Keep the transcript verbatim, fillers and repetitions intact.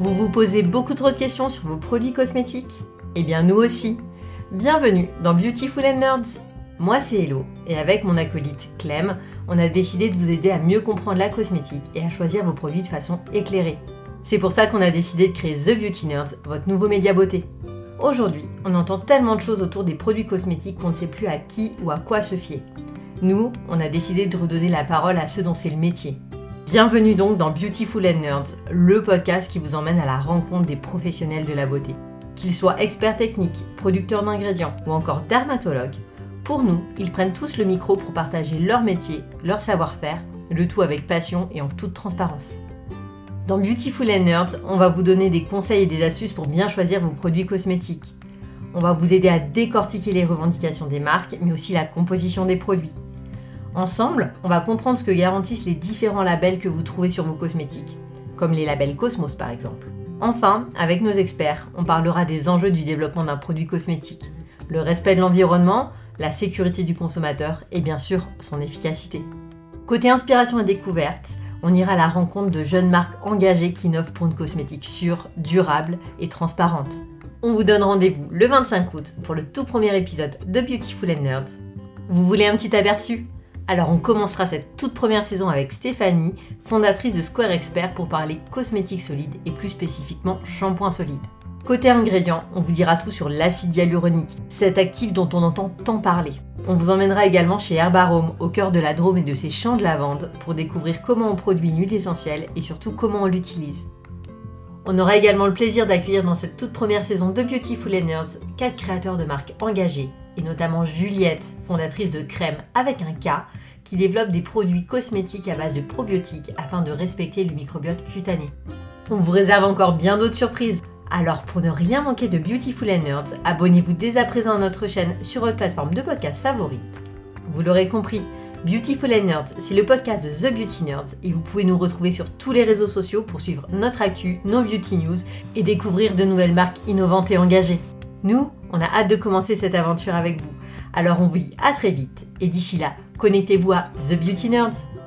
Vous vous posez beaucoup trop de questions sur vos produits cosmétiques? Eh bien nous aussi. Bienvenue dans Beautiful and Nerds. Moi c'est Hello et avec mon acolyte Clem, on a décidé de vous aider à mieux comprendre la cosmétique et à choisir vos produits de façon éclairée. C'est pour ça qu'on a décidé de créer The Beauty Nerds, votre nouveau média beauté. Aujourd'hui, on entend tellement de choses autour des produits cosmétiques qu'on ne sait plus à qui ou à quoi se fier. Nous, on a décidé de redonner la parole à ceux dont c'est le métier. Bienvenue donc dans Beautiful and Nerds, le podcast qui vous emmène à la rencontre des professionnels de la beauté. Qu'ils soient experts techniques, producteurs d'ingrédients ou encore dermatologues, pour nous, ils prennent tous le micro pour partager leur métier, leur savoir-faire, le tout avec passion et en toute transparence. Dans Beautiful and Nerds, on va vous donner des conseils et des astuces pour bien choisir vos produits cosmétiques. On va vous aider à décortiquer les revendications des marques, mais aussi la composition des produits. Ensemble, on va comprendre ce que garantissent les différents labels que vous trouvez sur vos cosmétiques, comme les labels Cosmos par exemple. Enfin, avec nos experts, on parlera des enjeux du développement d'un produit cosmétique, le respect de l'environnement, la sécurité du consommateur et bien sûr son efficacité. Côté inspiration et découverte, on ira à la rencontre de jeunes marques engagées qui innovent pour une cosmétique sûre, durable et transparente. On vous donne rendez-vous le vingt-cinq août pour le tout premier épisode de Beautiful and Nerds. Vous voulez un petit aperçu ? Alors on commencera cette toute première saison avec Stéphanie, fondatrice de Square Expert pour parler cosmétiques solides et plus spécifiquement shampoing solide. Côté ingrédients, on vous dira tout sur l'acide hyaluronique, cet actif dont on entend tant parler. On vous emmènera également chez Herbarome, au cœur de la Drôme et de ses champs de lavande, pour découvrir comment on produit une huile essentielle et surtout comment on l'utilise. On aura également le plaisir d'accueillir dans cette toute première saison de Beautiful and Nerds quatre créateurs de marques engagés, et notamment Juliette, fondatrice de Crème avec un K, qui développe des produits cosmétiques à base de probiotiques afin de respecter le microbiote cutané. On vous réserve encore bien d'autres surprises. Alors pour ne rien manquer de Beautiful and Nerds, abonnez-vous dès à présent à notre chaîne sur votre plateforme de podcast favorite. Vous l'aurez compris, Beautiful and Nerds, c'est le podcast de The Beauty Nerds et vous pouvez nous retrouver sur tous les réseaux sociaux pour suivre notre actu, nos beauty news et découvrir de nouvelles marques innovantes et engagées. Nous, on a hâte de commencer cette aventure avec vous. Alors on vous dit à très vite et d'ici là, connectez-vous à The Beauty Nerds.